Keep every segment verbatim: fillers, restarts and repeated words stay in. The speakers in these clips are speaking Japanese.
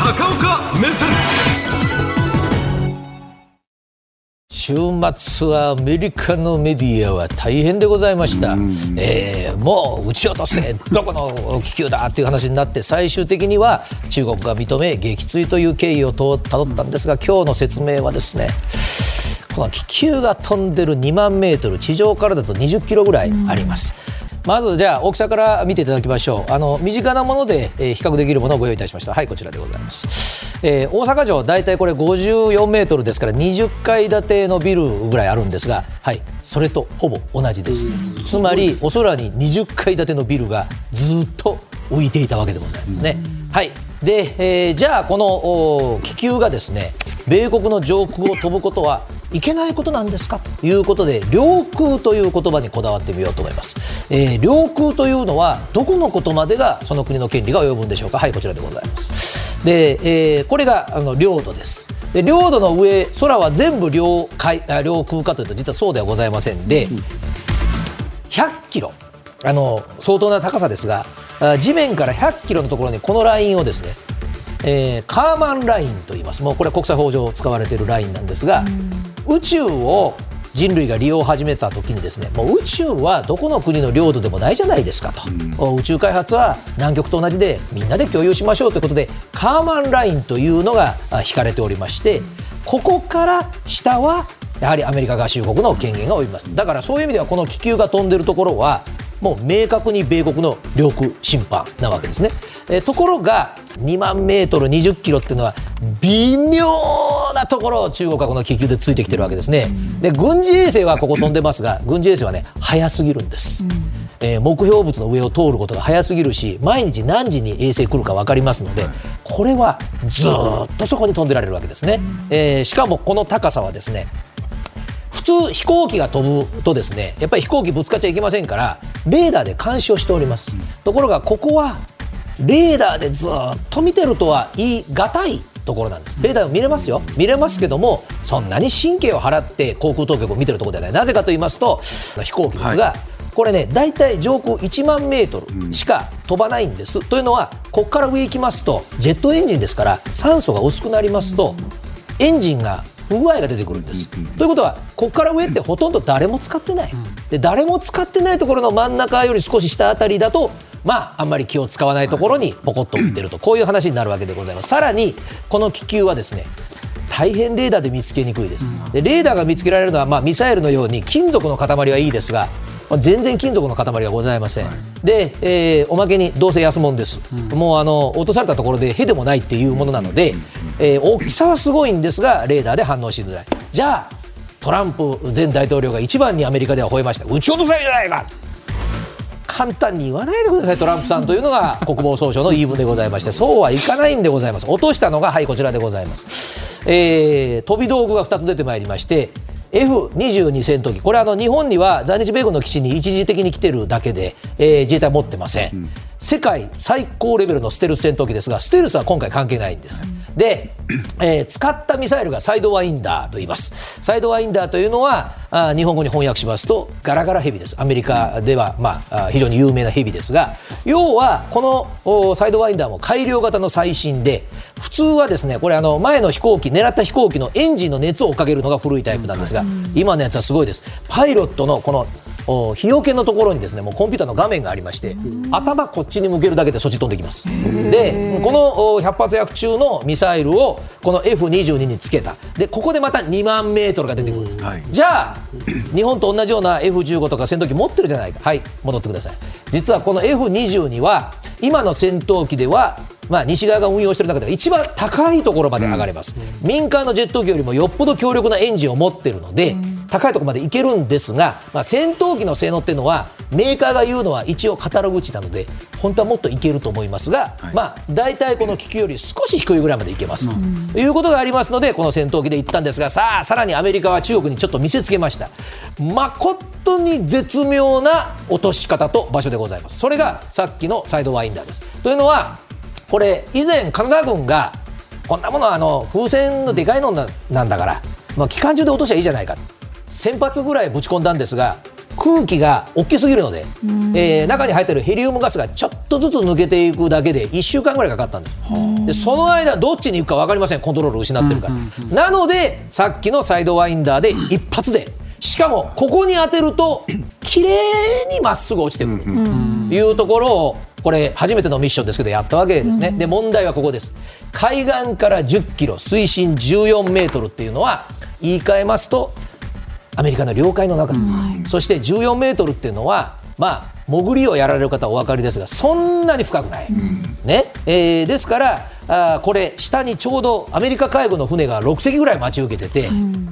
高岡目線。 週末はアメリカのメディアは大変でございました、えー、もう撃ち落とせどこの気球だっていう話になって、最終的には中国が認め撃墜という経緯をたどったんですが、今日の説明はですね、この気球が飛んでるにまんメートル、地上からだとにじゅっキロぐらいあります。まずじゃあ大きさから見ていただきましょう。あの身近なもので、えー、比較できるものをご用意いたしました。はい、こちらでございます、えー、大阪城だいたいこれごじゅうよんメートルですからにじゅっかい建てのビルぐらいあるんですが、はい、それとほぼ同じです。つまりお空ににじゅっかい建てのビルがずっと浮いていたわけでございますね。はい、で、えー、じゃあこの気球がですね米国の上空を飛ぶことはいけないことなんですかということで、領空という言葉にこだわってみようと思います、えー、領空というのはどこのことまでがその国の権利が及ぶんでしょうか。はい、こちらでございます。で、えー、これがあの領土です。で、領土の上、空は全部 領, 海あ領空かというと実はそうではございませんで、ひゃっキロ、あの相当な高さですが、地面からひゃっキロのところにこのラインをですね、えー、カーマンラインと言います。もうこれは国際法上使われているラインなんですが、宇宙を人類が利用を始めた時にですね、もう宇宙はどこの国の領土でもないじゃないですかと、うん、宇宙開発は南極と同じでみんなで共有しましょうということで、カーマンラインというのが引かれておりまして、ここから下はやはりアメリカ合衆国の権限が及びます。だからそういう意味ではこの気球が飛んでいるところはもう明確に米国の領空侵犯なわけですね。えところがにまんメートルにじゅっキロっていうのは微妙なところを中国はこの気球でついてきてるわけですね。で、軍事衛星はここ飛んでますが、軍事衛星はね早すぎるんです、えー、目標物の上を通ることが早すぎるし、毎日何時に衛星来るか分かりますので、これはずっとそこに飛んでられるわけですね、えー、しかもこの高さはですね、普通飛行機が飛ぶとですね、やっぱり飛行機ぶつかっちゃいけませんからレーダーで監視をしております、うん、ところがここはレーダーでずっと見てるとは言い難いところなんです。レーダーを見れますよ、見れますけども、そんなに神経を払って航空当局を見てるところではない。なぜかと言いますと、飛行機ですが、はい、これねだいたい上空いちまんメートルしか飛ばないんです、うん、というのはここから上行きますとジェットエンジンですから酸素が薄くなりますとエンジンが不具合が出てくるんです、うん、ということはここから上ってほとんど誰も使ってない、うん、で誰も使ってないところの真ん中より少し下あたりだと、まあ、あんまり気を使わないところにポコッと浮いてると、こういう話になるわけでございます。さらにこの気球はですね大変レーダーで見つけにくいです。でレーダーが見つけられるのは、まあ、ミサイルのように金属の塊はいいですが、全然金属の塊はございません、はい、で、えー、おまけにどうせ安物です、うん、もうあの落とされたところでへでもないっていうものなので、えー、大きさはすごいんですがレーダーで反応しづらい。じゃあトランプ前大統領が一番にアメリカでは吠えました。撃ち落とせるじゃないか、簡単に言わないでくださいトランプさんというのが国防総省の言い分でございまして、そうはいかないんでございます。落としたのがはいこちらでございます、えー、飛び道具がふたつ出てまいりまして、エフにじゅうに 戦闘機、これはあの日本には在日米軍の基地に一時的に来てるだけで、えー、自衛隊持ってません、うん、世界最高レベルのステルス戦闘機ですが、ステルスは今回関係ないんです、うん、で、えー、使ったミサイルがサイドワインダーと言います。サイドワインダーというのはあ日本語に翻訳しますとガラガラヘビです。アメリカでは、まあ、非常に有名なヘビですが、要はこのサイドワインダーも改良型の最新で、普通はですねこれあの前の飛行機狙った飛行機のエンジンの熱を追っかけるのが古いタイプなんですが、今のやつはすごいです。パイロットのこの日よけのところにですねもうコンピューターの画面がありまして、頭こっちに向けるだけでそっち飛んできます。でこのひゃっぱつ薬中のミサイルをこの エフにじゅうに につけた。でここでまたにまんメートルが出てくるんです、はい、じゃあ日本と同じような エフじゅうご とか戦闘機持ってるじゃないか。はい、戻ってください。実はこの エフにじゅうに は今の戦闘機ではまあ、西側が運用している中では一番高いところまで上がれます、うん、民間のジェット機よりもよっぽど強力なエンジンを持っているので、うん、高いところまで行けるんですが、まあ、戦闘機の性能っていうのはメーカーが言うのは一応カタログ値なので本当はもっといけると思いますが、はい、まあ、大体この気球より少し低いぐらいまでいけます、うん、ということがありますのでこの戦闘機で行ったんですが、さあさらにアメリカは中国にちょっと見せつけました。誠に絶妙な落とし方と場所でございます。それがさっきのサイドワインダーです。というのはこれ以前カナダ軍がこんなものはあの風船のでかいのなんだから、まあ、機関銃で落としゃいいじゃないかせんぱつぐらいぶち込んだんですが、 空気が大きすぎるので、えー、中に入っているヘリウムガスがちょっとずつ抜けていくだけでいっしゅうかんぐらいかかったんです。でその間どっちに行くか分かりません。コントロールを失ってるから、うんうんうん、なのでさっきのサイドワインダーで一発で、しかもここに当てると綺麗にまっすぐ落ちてくるというところを、これ初めてのミッションですけどやったわけですね。で問題はここです。海岸からじゅっキロ、水深じゅうよんメートルっていうのは言い換えますとアメリカの領海の中です、うん、そしてじゅうよんメートルっていうのは、まあ、潜りをやられる方はお分かりですがそんなに深くない、うんねえー、ですからあこれ下にちょうどアメリカ海軍の船がろくせきぐらい待ち受けてて、うん、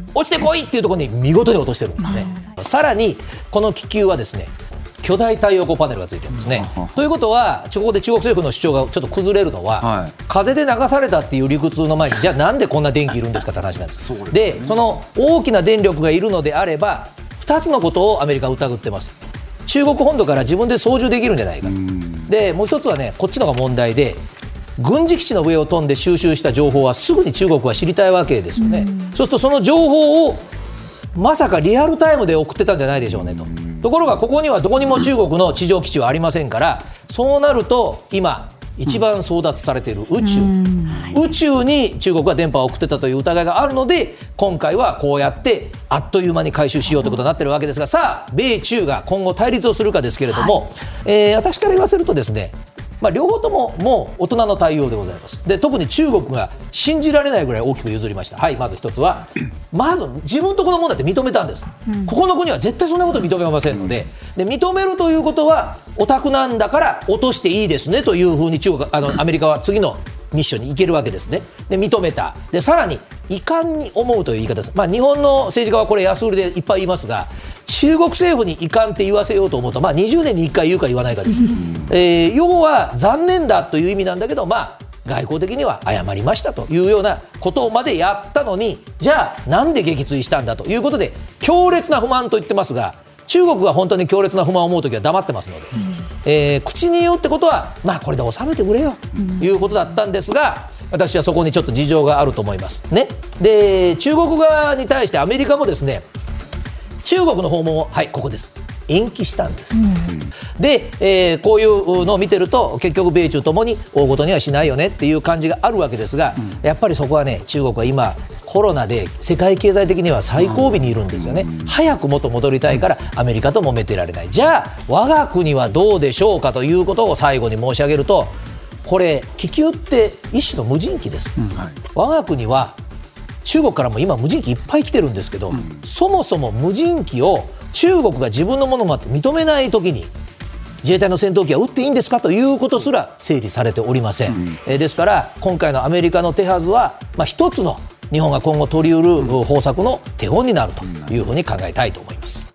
落ちてこいっていうところに見事に落としてるんですね、うん、さらにこの気球はですね巨大太陽光パネルがついてるんですね、うん、ということはここで中国政府の主張がちょっと崩れるのは、はい、風で流されたっていう理屈の前にじゃあなんでこんな電気いるんですかって話なんです。そうですね。でその大きな電力がいるのであればふたつのことをアメリカは疑ってます。中国本土から自分で操縦できるんじゃないかと。でもう一つはねこっちのが問題で、軍事基地の上を飛んで収集した情報はすぐに中国は知りたいわけですよね。そうするとその情報をまさかリアルタイムで送ってたんじゃないでしょうねと。ところがここにはどこにも中国の地上基地はありませんから、そうなると今一番争奪されている宇宙、宇宙に中国が電波を送ってたという疑いがあるので、今回はこうやってあっという間に回収しようということになっているわけですが、さあ米中が今後対立をするかですけれども、はいえー、私から言わせるとですね、まあ、両方とももう大人の対応でございます。で特に中国が信じられないぐらい大きく譲りました。はい、まず一つはまず自分とこのものだって認めたんです、うん、ここの国は絶対そんなこと認めませんので、で認めるということはオタクなんだから落としていいですねというふうに中国あのアメリカは次のミッションに行けるわけですね。で認めた。でさらに遺憾に思うという言い方です。まあ、日本の政治家はこれ安売りでいっぱい言いますが、中国政府に遺憾って言わせようと思うと、まあ、にじゅうねんにいっかい言うか言わないかです、えー、要は残念だという意味なんだけど、まあ、外交的には謝りましたというようなことまでやったのに、じゃあなんで撃墜したんだということで強烈な不満と言ってますが、中国が本当に強烈な不満を思うときは黙ってますので、うんえー、口に言うってことは、まあ、これで収めてくれよということだったんですが、私はそこにちょっと事情があると思います、ね、で中国側に対してアメリカもですね、中国の訪問を、はい、ここです、延期したんです、うん、で、えー、こういうのを見てると結局米中ともに大ごとにはしないよねっていう感じがあるわけですが、うん、やっぱりそこはね、中国は今コロナで世界経済的には最後尾にいるんですよね、うん、早く元戻りたいからアメリカと揉めてられない。じゃあ我が国はどうでしょうかということを最後に申し上げると、これ気球って一種の無人機です、うんはい、我が国は中国からも今無人機いっぱい来てるんですけど、うん、そもそも無人機を中国が自分のものも認めないときに自衛隊の戦闘機は撃っていいんですかということすら整理されておりません、うん、えー、ですから今回のアメリカの手はずは、まあ、一つの日本が今後取り得る方策の手本になるというふうに考えたいと思います。